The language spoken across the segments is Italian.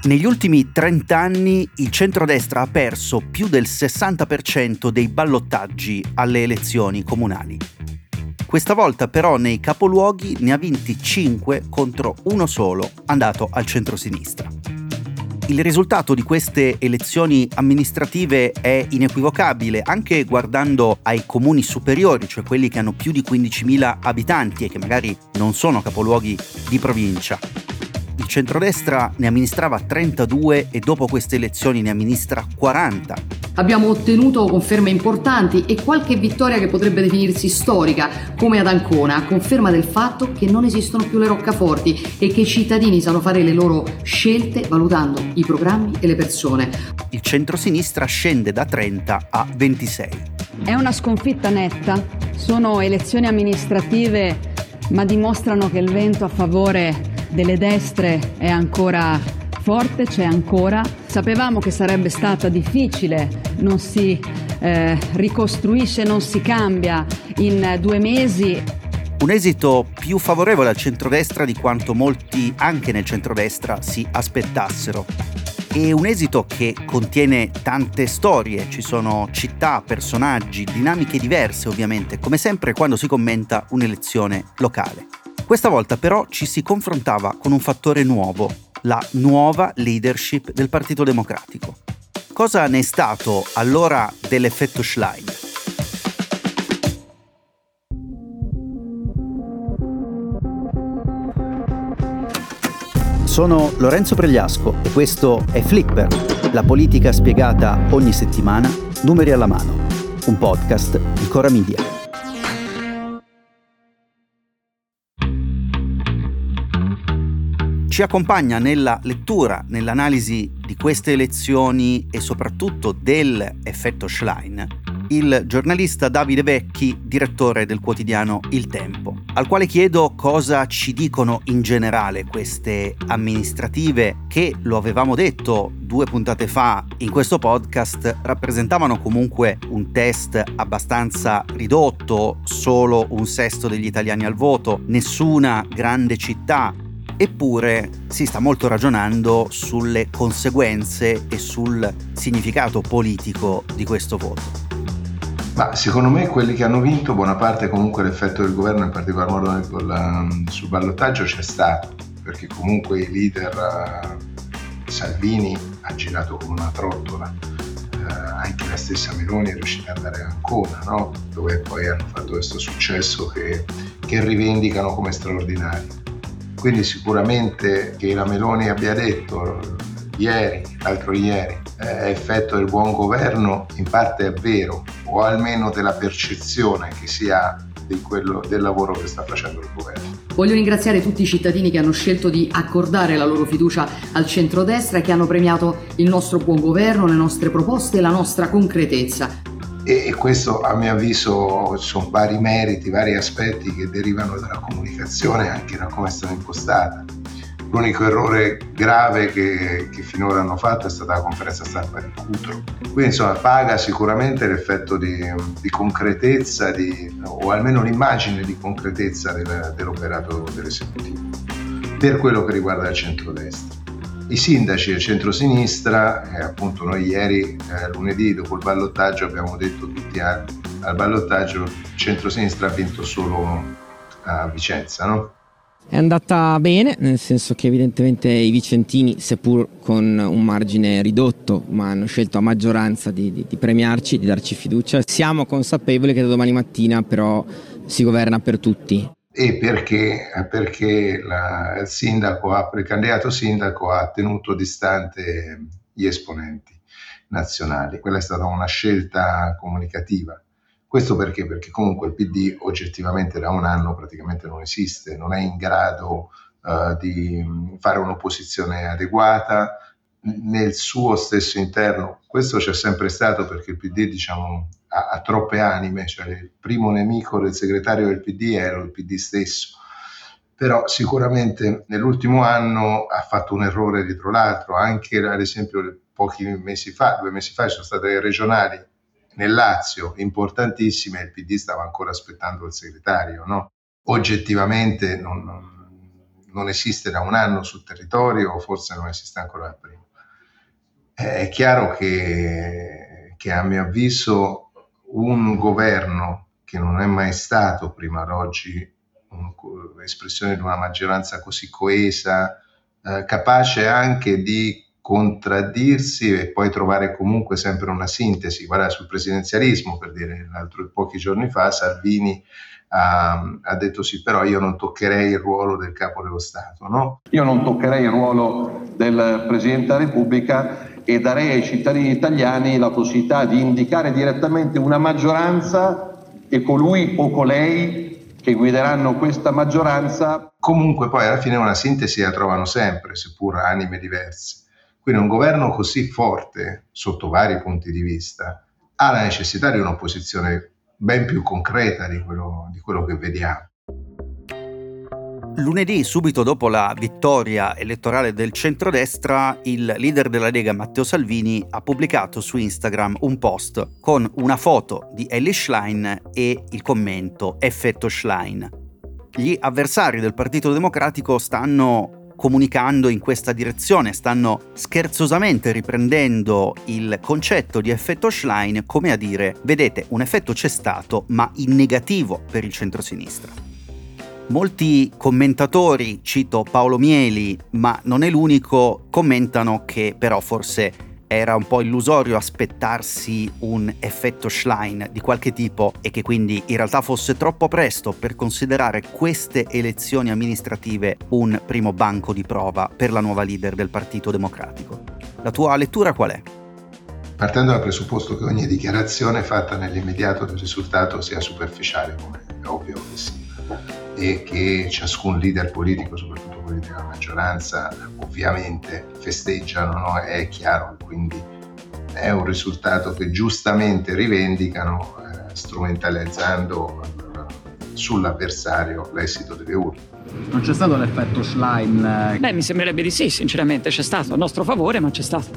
Negli ultimi 30 anni il centrodestra ha perso più del 60% dei ballottaggi alle elezioni comunali. Questa volta però nei capoluoghi ne ha vinti 5 contro uno solo andato al centrosinistra. Il risultato di queste elezioni amministrative è inequivocabile anche guardando ai comuni superiori, cioè quelli che hanno più di 15.000 abitanti e che magari non sono capoluoghi di provincia. Il centrodestra ne amministrava 32 e dopo queste elezioni ne amministra 40. Abbiamo ottenuto conferme importanti e qualche vittoria che potrebbe definirsi storica, come ad Ancona, a conferma del fatto che non esistono più le roccaforti e che i cittadini sanno fare le loro scelte valutando i programmi e le persone. Il centrosinistra scende da 30 a 26. È una sconfitta netta, sono elezioni amministrative, ma dimostrano che il vento a favore delle destre è ancora forte, c'è ancora. Sapevamo che sarebbe stata difficile, non si ricostruisce, non si cambia in 2 mesi. Un esito più favorevole al centrodestra di quanto molti anche nel centrodestra si aspettassero. E un esito che contiene tante storie, ci sono città, personaggi, dinamiche diverse ovviamente, come sempre quando si commenta un'elezione locale. Questa volta però ci si confrontava con un fattore nuovo, la nuova leadership del Partito Democratico. Cosa ne è stato allora dell'effetto Schlein? Sono Lorenzo Pregliasco e questo è Flipper, la politica spiegata ogni settimana, numeri alla mano, un podcast di Cora Media. Ci accompagna nella lettura, nell'analisi di queste elezioni e soprattutto dell'effetto Schlein, il giornalista Davide Vecchi, direttore del quotidiano Il Tempo, al quale chiedo cosa ci dicono in generale queste amministrative che, lo avevamo detto 2 puntate fa in questo podcast, rappresentavano comunque un test abbastanza ridotto, solo 1/6 degli italiani al voto, nessuna grande città. Eppure si sta molto ragionando sulle conseguenze e sul significato politico di questo voto. Ma secondo me quelli che hanno vinto, buona parte comunque l'effetto del governo, in particolar modo sul ballottaggio c'è stato, perché comunque il leader Salvini ha girato come una trottola, anche la stessa Meloni è riuscita ad andare a Ancona, no? Dove poi hanno fatto questo successo che rivendicano come straordinario. Quindi sicuramente che la Meloni abbia detto l'altro ieri, è effetto del buon governo, in parte è vero, o almeno della percezione che si ha del lavoro che sta facendo il governo. Voglio ringraziare tutti i cittadini che hanno scelto di accordare la loro fiducia al centrodestra e che hanno premiato il nostro buon governo, le nostre proposte e la nostra concretezza. E questo, a mio avviso, sono vari meriti, vari aspetti che derivano dalla comunicazione, anche da come è stata impostata. L'unico errore grave che finora hanno fatto è stata la conferenza stampa di Cutro. Quindi insomma paga sicuramente l'effetto di concretezza, o almeno l'immagine di concretezza dell'operato dell'esecutivo, per quello che riguarda il centrodestra. I sindaci del centrosinistra, appunto noi ieri, lunedì, dopo il ballottaggio, abbiamo detto tutti al ballottaggio il centrosinistra ha vinto solo a Vicenza, no? È andata bene, nel senso che evidentemente i vicentini, seppur con un margine ridotto, ma hanno scelto a maggioranza di premiarci, di darci fiducia. Siamo consapevoli che da domani mattina però si governa per tutti. E perché il candidato sindaco ha tenuto distante gli esponenti nazionali. Quella è stata una scelta comunicativa. Questo perché? Perché comunque il PD oggettivamente da un anno praticamente non esiste, non è in grado di fare un'opposizione adeguata nel suo stesso interno. Questo c'è sempre stato perché il PD, diciamo, ha troppe anime, cioè il primo nemico del segretario del PD era il PD stesso. Però sicuramente nell'ultimo anno ha fatto un errore dietro l'altro, anche ad esempio 2 mesi fa ci sono state le regionali nel Lazio importantissime, il PD stava ancora aspettando il segretario, no? Oggettivamente non non esiste da un anno sul territorio, o forse non esiste ancora da prima. È chiaro che a mio avviso un governo che non è mai stato prima ad oggi espressione di una maggioranza così coesa, capace anche di contraddirsi e poi trovare comunque sempre una sintesi. Guarda, sul presidenzialismo, per dire, pochi giorni fa Salvini ha detto sì, però io non toccherei il ruolo del capo dello Stato, no? Io non toccherei il ruolo del Presidente della Repubblica e darei ai cittadini italiani la possibilità di indicare direttamente una maggioranza e colui o colei che guideranno questa maggioranza. Comunque poi alla fine una sintesi la trovano sempre, seppur anime diverse. Quindi un governo così forte, sotto vari punti di vista, ha la necessità di un'opposizione ben più concreta di quello che vediamo. Lunedì, subito dopo la vittoria elettorale del centrodestra, il leader della Lega Matteo Salvini ha pubblicato su Instagram un post con una foto di Elly Schlein e il commento "effetto Schlein". Gli avversari del Partito Democratico stanno comunicando in questa direzione, stanno scherzosamente riprendendo il concetto di effetto Schlein, come a dire: vedete, un effetto c'è stato, ma in negativo per il centrosinistra. Molti commentatori, cito Paolo Mieli, ma non è l'unico, commentano che però forse era un po' illusorio aspettarsi un effetto Schlein di qualche tipo e che quindi in realtà fosse troppo presto per considerare queste elezioni amministrative un primo banco di prova per la nuova leader del Partito Democratico. La tua lettura qual è? Partendo dal presupposto che ogni dichiarazione fatta nell'immediato del risultato sia superficiale, come è ovvio che sia, e che ciascun leader politico, soprattutto quelli della maggioranza, ovviamente festeggiano, no? È chiaro, quindi è un risultato che giustamente rivendicano, strumentalizzando sull'avversario l'esito delle urne. Non c'è stato l'effetto Schlein? Mi sembrerebbe di sì, sinceramente c'è stato, a nostro favore, ma c'è stato.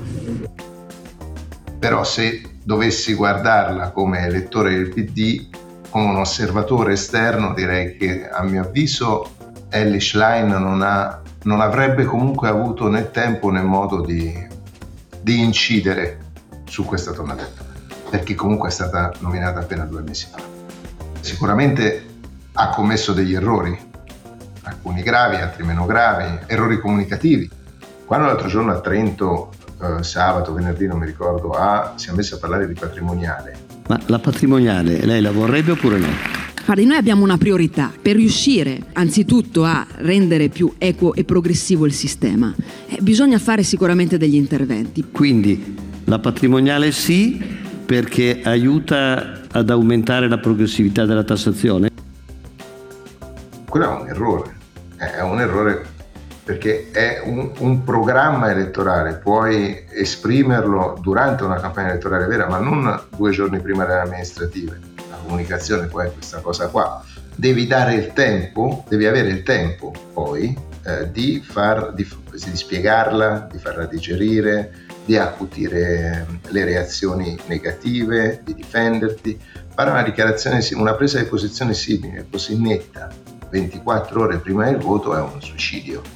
Però se dovessi guardarla come elettore del PD, come un osservatore esterno, direi che a mio avviso Elly Schlein non avrebbe comunque avuto né tempo né modo di incidere su questa tornata, perché comunque è stata nominata appena 2 mesi fa. Sicuramente ha commesso degli errori, alcuni gravi, altri meno gravi, errori comunicativi. Quando l'altro giorno a Trento, sabato, venerdì, non mi ricordo, si è messo a parlare di patrimoniale. Ma la patrimoniale lei la vorrebbe oppure no? Guardi, noi abbiamo una priorità per riuscire anzitutto a rendere più equo e progressivo il sistema. Bisogna fare sicuramente degli interventi. Quindi la patrimoniale sì, perché aiuta ad aumentare la progressività della tassazione? Quello è un errore perché è un programma elettorale, puoi esprimerlo durante una campagna elettorale vera, ma non 2 giorni prima delle amministrative. La comunicazione poi è questa cosa qua. Devi avere il tempo poi di spiegarla, di farla digerire, di accutire le reazioni negative, di difenderti. Fare una presa di posizione simile, così netta, 24 ore prima del voto, è un suicidio.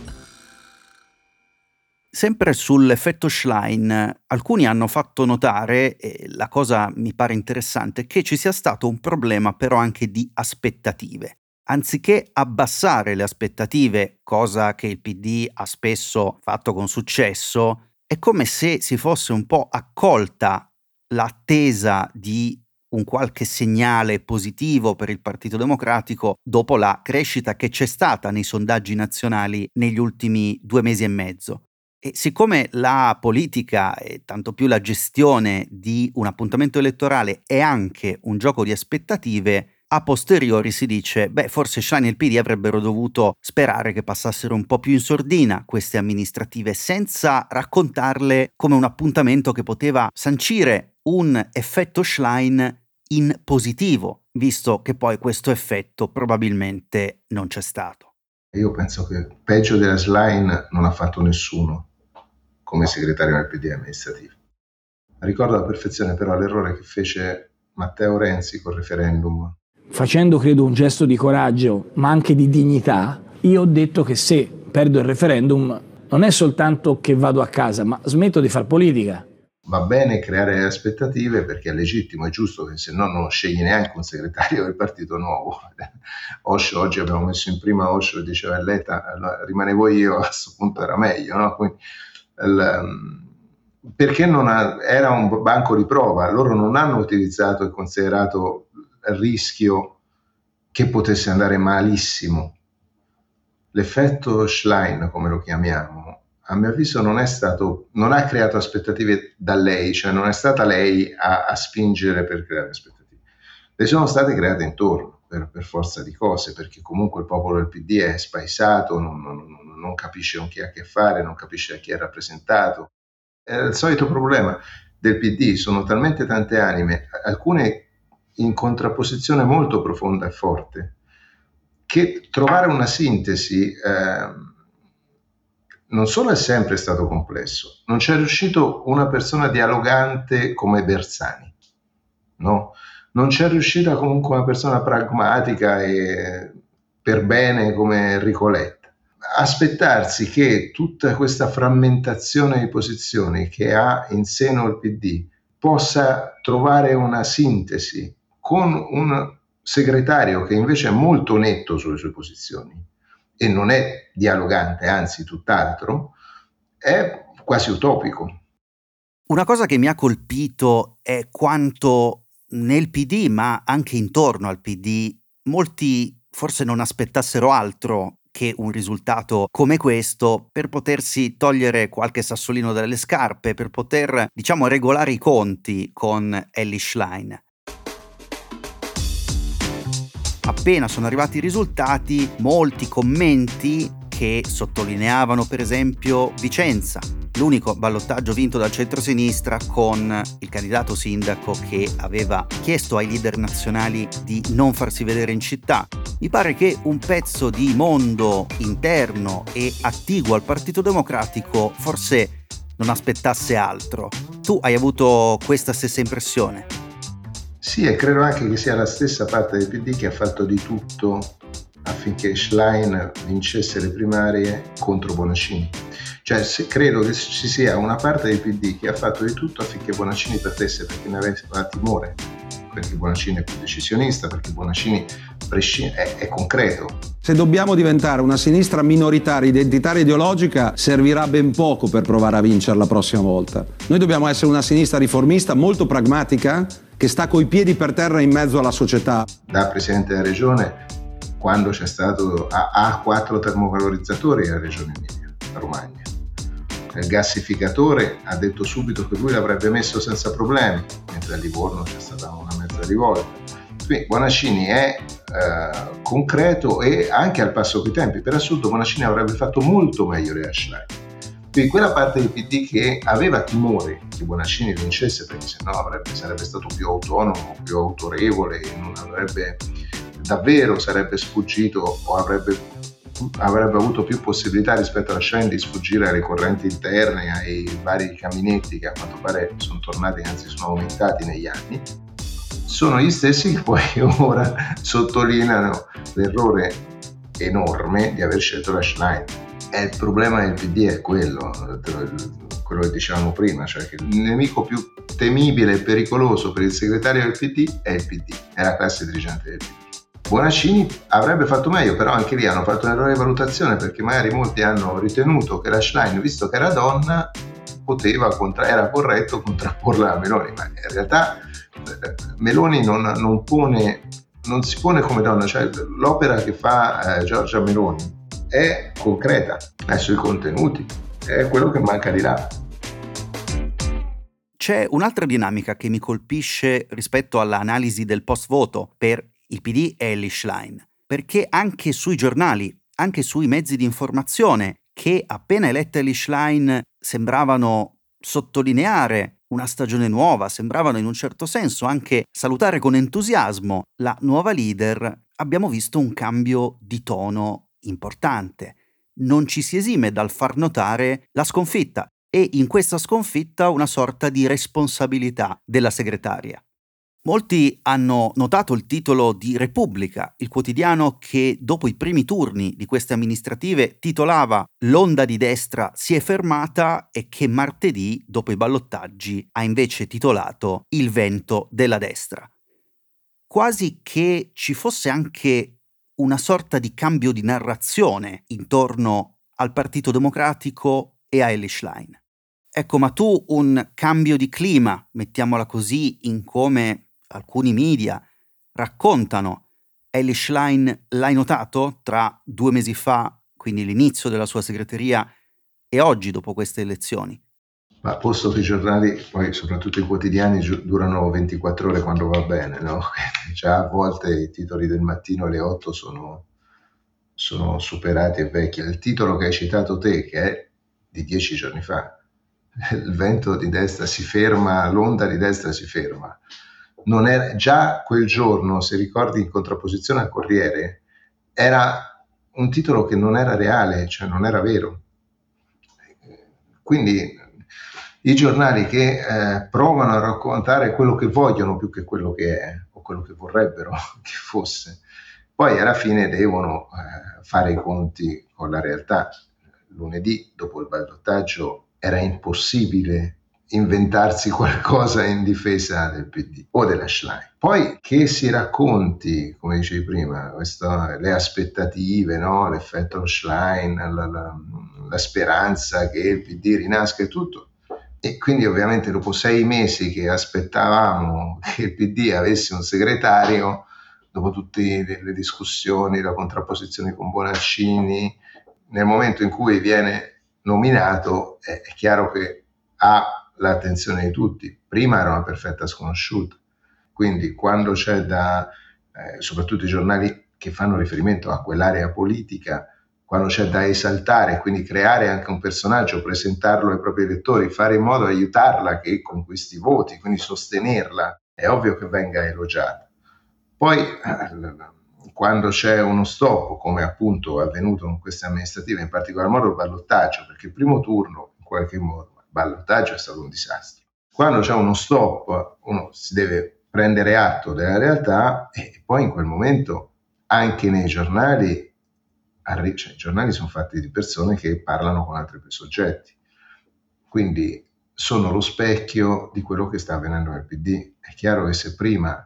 Sempre sull'effetto Schlein, alcuni hanno fatto notare, e la cosa mi pare interessante, che ci sia stato un problema però anche di aspettative. Anziché abbassare le aspettative, cosa che il PD ha spesso fatto con successo, è come se si fosse un po' accolta l'attesa di un qualche segnale positivo per il Partito Democratico dopo la crescita che c'è stata nei sondaggi nazionali negli ultimi 2 mesi e mezzo. E siccome la politica e tanto più la gestione di un appuntamento elettorale è anche un gioco di aspettative, a posteriori si dice, forse Schlein e il PD avrebbero dovuto sperare che passassero un po' più in sordina queste amministrative, senza raccontarle come un appuntamento che poteva sancire un effetto Schlein in positivo, visto che poi questo effetto probabilmente non c'è stato. Io penso che peggio della Schlein non ha fatto nessuno come segretario del PD amministrativo. Ricordo alla perfezione però l'errore che fece Matteo Renzi col referendum. Facendo, credo, un gesto di coraggio, ma anche di dignità, Io ho detto che se perdo il referendum non è soltanto che vado a casa, ma smetto di far politica. Va bene creare aspettative perché è legittimo, è giusto, che se no non scegli neanche un segretario del partito nuovo. Osho, oggi abbiamo messo in prima Osho, diceva Letta, allora, rimanevo io, a questo punto era meglio, no? Quindi, perché era un banco di prova, loro non hanno utilizzato e considerato il rischio che potesse andare malissimo. L'effetto Schlein, come lo chiamiamo, a mio avviso non ha creato aspettative da lei, cioè non è stata lei a spingere per creare aspettative. Le sono state create intorno per forza di cose, perché comunque il popolo del PD è spaesato, non capisce con chi ha a che fare, non capisce a chi è rappresentato. È il solito problema del PD, sono talmente tante anime, alcune in contrapposizione molto profonda e forte, che trovare una sintesi non solo è sempre stato complesso, non c'è riuscito una persona dialogante come Bersani, no? Non c'è riuscita comunque una persona pragmatica e per bene come Enrico Letta. Aspettarsi che tutta questa frammentazione di posizioni che ha in seno il PD possa trovare una sintesi con un segretario che invece è molto netto sulle sue posizioni e non è dialogante, anzi tutt'altro, è quasi utopico. Una cosa che mi ha colpito è quanto nel PD, ma anche intorno al PD, molti forse non aspettassero altro che un risultato come questo per potersi togliere qualche sassolino dalle scarpe, per poter, diciamo, regolare i conti con Elly Schlein. Appena sono arrivati i risultati, molti commenti che sottolineavano per esempio Vicenza, l'unico ballottaggio vinto dal centrosinistra con il candidato sindaco che aveva chiesto ai leader nazionali di non farsi vedere in città. Mi pare che un pezzo di mondo interno e attiguo al Partito Democratico forse non aspettasse altro. Tu hai avuto questa stessa impressione? Sì, e credo anche che sia la stessa parte del PD che ha fatto di tutto affinché Schlein vincesse le primarie contro Bonaccini. Cioè, credo che ci sia una parte del PD che ha fatto di tutto affinché Bonaccini perdesse, perché ne aveva timore, perché Bonaccini è più decisionista, perché Bonaccini è concreto. Se dobbiamo diventare una sinistra minoritaria, identitaria, ideologica, servirà ben poco per provare a vincere la prossima volta. Noi dobbiamo essere una sinistra riformista, molto pragmatica, che sta coi piedi per terra in mezzo alla società. Da Presidente della Regione, quando c'è stato ha 4 termovalorizzatori alla Regione Emilia Romagna. Il gassificatore ha detto subito che lui l'avrebbe messo senza problemi, mentre a Livorno c'è stata una mezza rivolta. Quindi Bonaccini è concreto e anche al passo coi tempi. Per assurdo Bonaccini avrebbe fatto molto meglio di Schlein. Quindi quella parte del PD che aveva timore che Bonaccini vincesse, perché sennò sarebbe stato più autonomo, più autorevole, non avrebbe davvero sarebbe sfuggito o avrebbe avuto più possibilità rispetto a Schlein di sfuggire alle correnti interne, ai vari caminetti che a quanto pare sono tornati, anzi sono aumentati negli anni. Sono gli stessi che poi ora sottolineano l'errore enorme di aver scelto la Schlein. E il problema del PD è quello che dicevamo prima, cioè che il nemico più temibile e pericoloso per il segretario del PD è il PD, è la classe dirigente del PD. Bonaccini avrebbe fatto meglio, però anche lì hanno fatto un errore di valutazione, perché magari molti hanno ritenuto che la Schlein, visto che era donna, era corretto contrapporla a Meloni, ma in realtà Meloni non si pone come donna, cioè l'opera che fa Giorgia Meloni è concreta, è sui contenuti, è quello che manca di là. C'è un'altra dinamica che mi colpisce rispetto all'analisi del post-voto per il PD e Elly Schlein, perché anche sui giornali, anche sui mezzi di informazione che appena eletta Elly Schlein sembravano sottolineare una stagione nuova, sembravano in un certo senso anche salutare con entusiasmo la nuova leader, abbiamo visto un cambio di tono importante. Non ci si esime dal far notare la sconfitta e in questa sconfitta una sorta di responsabilità della segretaria. Molti hanno notato il titolo di Repubblica, il quotidiano che dopo i primi turni di queste amministrative titolava "L'onda di destra si è fermata" e che martedì, dopo i ballottaggi, ha invece titolato "Il vento della destra". Quasi che ci fosse anche una sorta di cambio di narrazione intorno al Partito Democratico e a Elly Schlein. Ecco, ma tu un cambio di clima, mettiamola così, in come alcuni media raccontano Elly Schlein, l'hai notato tra 2 mesi fa, quindi l'inizio della sua segreteria, e oggi dopo queste elezioni? Ma posto che i giornali, poi soprattutto i quotidiani, durano 24 ore quando va bene, no? Già a volte i titoli del mattino alle 8 sono superati e vecchi. Il titolo che hai citato te, che è di 10 giorni fa, "Il vento di destra si ferma, l'onda di destra si ferma", non era, già quel giorno, se ricordi, in contrapposizione al Corriere, era un titolo che non era reale, cioè non era vero. Quindi i giornali che provano a raccontare quello che vogliono più che quello che è o quello che vorrebbero che fosse, poi alla fine devono fare i conti con la realtà. Lunedì, dopo il ballottaggio, era impossibile inventarsi qualcosa in difesa del PD o della Schlein. Poi che si racconti, come dicevi prima, le aspettative, no? L'effetto Schlein, la speranza che il PD rinasca e tutto. E quindi ovviamente dopo 6 mesi che aspettavamo che il PD avesse un segretario, dopo tutte le discussioni, la contrapposizione con Bonaccini, nel momento in cui viene nominato è chiaro che ha l'attenzione di tutti. Prima era una perfetta sconosciuta, quindi quando c'è soprattutto i giornali che fanno riferimento a quell'area politica, quando c'è da esaltare, quindi creare anche un personaggio, presentarlo ai propri elettori, fare in modo di aiutarla che conquisti voti, quindi sostenerla, è ovvio che venga elogiata. Poi quando c'è uno stop, come appunto è avvenuto in queste amministrative, in particolar modo il ballottaggio, perché il primo turno in qualche modo il ballottaggio è stato un disastro. Quando c'è uno stop, uno si deve prendere atto della realtà e poi in quel momento anche nei giornali, i giornali sono fatti di persone che parlano con altri soggetti, quindi sono lo specchio di quello che sta avvenendo nel PD. È chiaro che se prima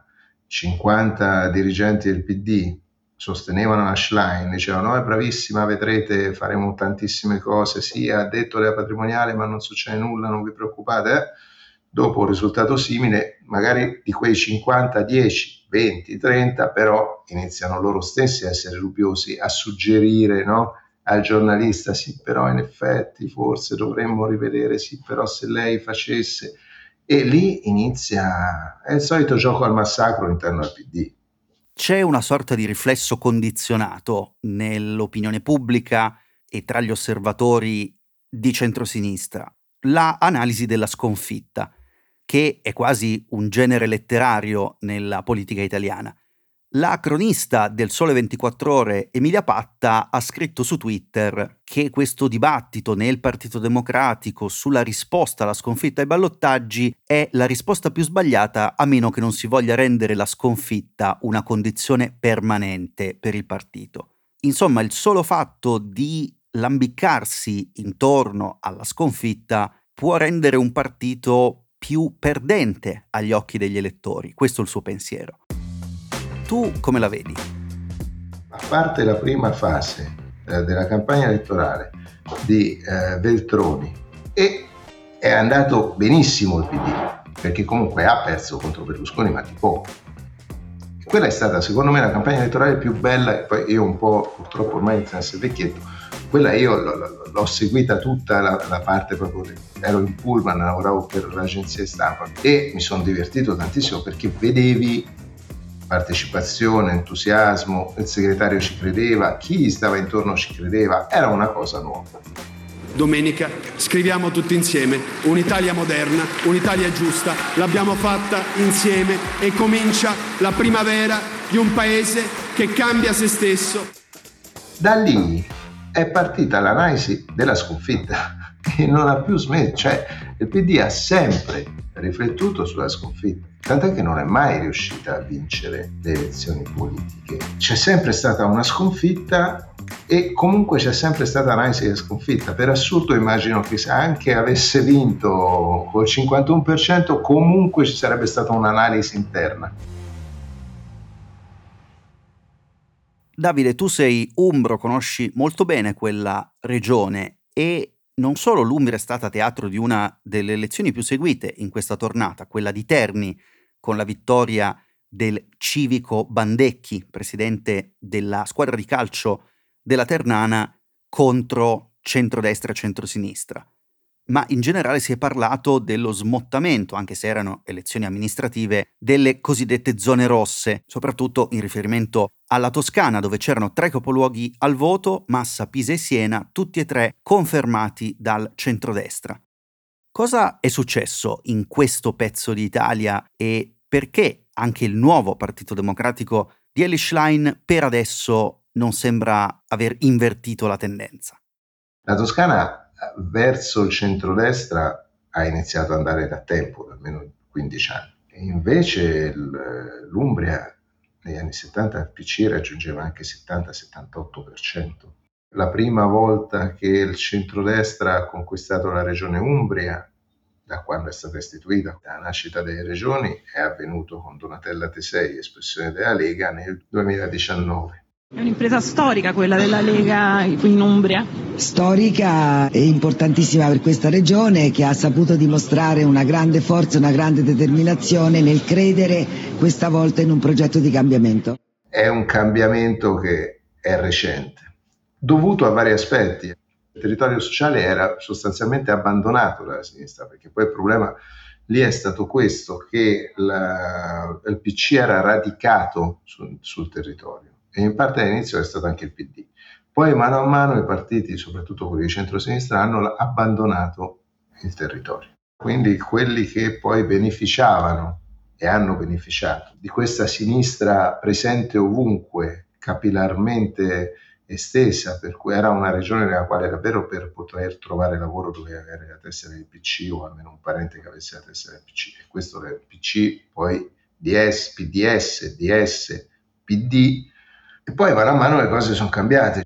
50 dirigenti del PD sostenevano la Schlein, dicevano "no, è bravissima, vedrete, faremo tantissime cose, sì, ha detto della patrimoniale ma non succede nulla, non vi preoccupate", dopo un risultato simile, magari di quei 50, 10, 20, 30, però iniziano loro stessi a essere dubbiosi, a suggerire, no, al giornalista "sì, però in effetti forse dovremmo rivedere, sì, però se lei facesse", e lì inizia, è il solito gioco al massacro all'interno del PD. C'è una sorta di riflesso condizionato nell'opinione pubblica e tra gli osservatori di centrosinistra, la analisi della sconfitta, che è quasi un genere letterario nella politica italiana. La cronista del Sole 24 Ore, Emilia Patta, ha scritto su Twitter che questo dibattito nel Partito Democratico sulla risposta alla sconfitta ai ballottaggi è la risposta più sbagliata, a meno che non si voglia rendere la sconfitta una condizione permanente per il partito. Insomma, il solo fatto di lambiccarsi intorno alla sconfitta può rendere un partito più perdente agli occhi degli elettori. Questo è il suo pensiero. Tu come la vedi? A parte la prima fase della campagna elettorale di Veltroni, e è andato benissimo il PD, perché comunque ha perso contro Berlusconi, ma di poco. Quella è stata secondo me la campagna elettorale più bella, e poi io un po', purtroppo ormai inizio a essere vecchietto, quella io l'ho seguita tutta la parte proprio, ero in pullman, lavoravo per l'agenzia di stampa e mi sono divertito tantissimo perché vedevi partecipazione, entusiasmo, il segretario ci credeva, chi gli stava intorno ci credeva, era una cosa nuova. Domenica scriviamo tutti insieme un'Italia moderna, un'Italia giusta, l'abbiamo fatta insieme e comincia la primavera di un paese che cambia se stesso. Da lì è partita l'analisi della sconfitta e non ha più smesso, cioè il PD ha sempre riflettuto sulla sconfitta, tant'è che non è mai riuscita a vincere le elezioni politiche. C'è sempre stata una sconfitta e comunque c'è sempre stata analisi della sconfitta. Per assurdo immagino che se anche avesse vinto col 51%, comunque ci sarebbe stata un'analisi interna. Davide, tu sei umbro, conosci molto bene quella regione e non solo l'Umbria è stata teatro di una delle elezioni più seguite in questa tornata, quella di Terni, con la vittoria del civico Bandecchi, presidente della squadra di calcio della Ternana, contro centrodestra e centrosinistra. Ma in generale si è parlato dello smottamento, anche se erano elezioni amministrative, delle cosiddette zone rosse, soprattutto in riferimento alla Toscana, dove c'erano 3 capoluoghi al voto, Massa, Pisa e Siena, tutti e 3 confermati dal centrodestra. Cosa è successo in questo pezzo d'Italia e perché anche il nuovo Partito Democratico di Elly Schlein per adesso non sembra aver invertito la tendenza? La Toscana verso il centrodestra ha iniziato ad andare da tempo, da almeno 15 anni. E invece l'Umbria negli anni 70 il PC raggiungeva anche 70-78%. La prima volta che il centrodestra ha conquistato la regione Umbria, da quando è stata istituita la nascita delle regioni, è avvenuto con Donatella Tesei, espressione della Lega, nel 2019. È un'impresa storica quella della Lega in Umbria. Storica e importantissima per questa regione, che ha saputo dimostrare una grande forza, una grande determinazione nel credere questa volta in un progetto di cambiamento. È un cambiamento che è recente, dovuto a vari aspetti. Il territorio sociale era sostanzialmente abbandonato dalla sinistra, perché poi il problema lì è stato questo, che il PC era radicato sul territorio. E in parte all'inizio è stato anche il PD. Poi mano a mano i partiti, soprattutto quelli di centrosinistra, hanno abbandonato il territorio. Quindi quelli che poi beneficiavano e hanno beneficiato di questa sinistra presente ovunque, capillarmente estesa, per cui era una regione nella quale davvero per poter trovare lavoro doveva avere la tessera del PC o almeno un parente che avesse la tessera del PC. E questo del PC, poi DS, PDS, DS, PD. E poi mano a mano le cose sono cambiate.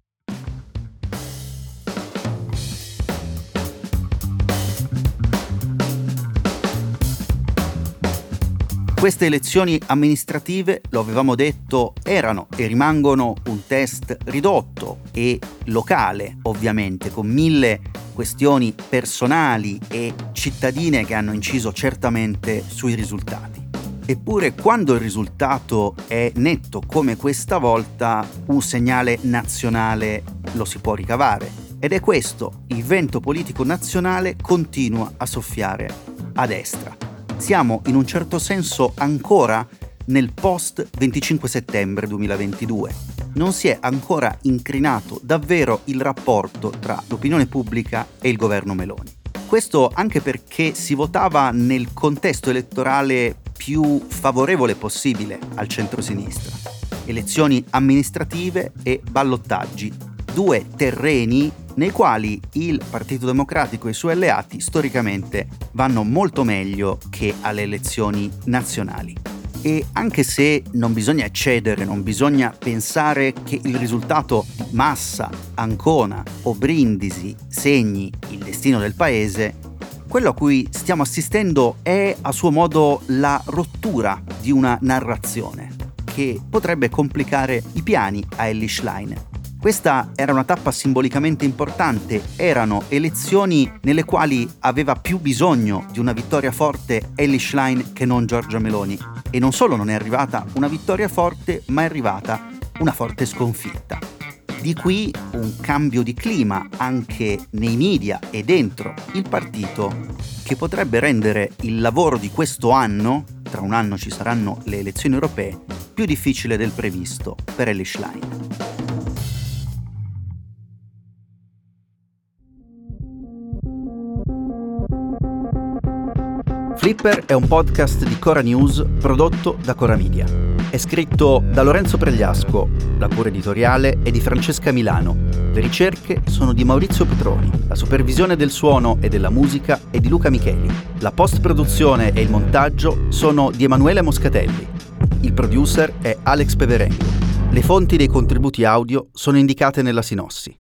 Queste elezioni amministrative, lo avevamo detto, erano e rimangono un test ridotto e locale, ovviamente, con 1000 questioni personali e cittadine che hanno inciso certamente sui risultati. Eppure, quando il risultato è netto come questa volta, un segnale nazionale lo si può ricavare. Ed è questo: il vento politico nazionale continua a soffiare a destra. Siamo in un certo senso ancora nel post 25 settembre 2022. Non si è ancora incrinato davvero il rapporto tra l'opinione pubblica e il governo Meloni. Questo anche perché si votava nel contesto elettorale più favorevole possibile al centrosinistra. Elezioni amministrative e ballottaggi, 2 terreni nei quali il Partito Democratico e i suoi alleati storicamente vanno molto meglio che alle elezioni nazionali. E anche se non bisogna eccedere, non bisogna pensare che il risultato di Massa, Ancona o Brindisi segni il destino del paese, quello a cui stiamo assistendo è a suo modo la rottura di una narrazione che potrebbe complicare i piani a Elly Schlein. Questa era una tappa simbolicamente importante, erano elezioni nelle quali aveva più bisogno di una vittoria forte Elly Schlein che non Giorgia Meloni. E non solo non è arrivata una vittoria forte, ma è arrivata una forte sconfitta. Di qui un cambio di clima anche nei media e dentro il partito che potrebbe rendere il lavoro di questo anno, tra un anno ci saranno le elezioni europee, più difficile del previsto per Elly Schlein. Flipper è un podcast di Cora News prodotto da Cora Media. È scritto da Lorenzo Pregliasco, la cura editoriale è di Francesca Milano, le ricerche sono di Maurizio Petroni, la supervisione del suono e della musica è di Luca Micheli, la post-produzione e il montaggio sono di Emanuele Moscatelli, il producer è Alex Peverengo. Le fonti dei contributi audio sono indicate nella sinossi.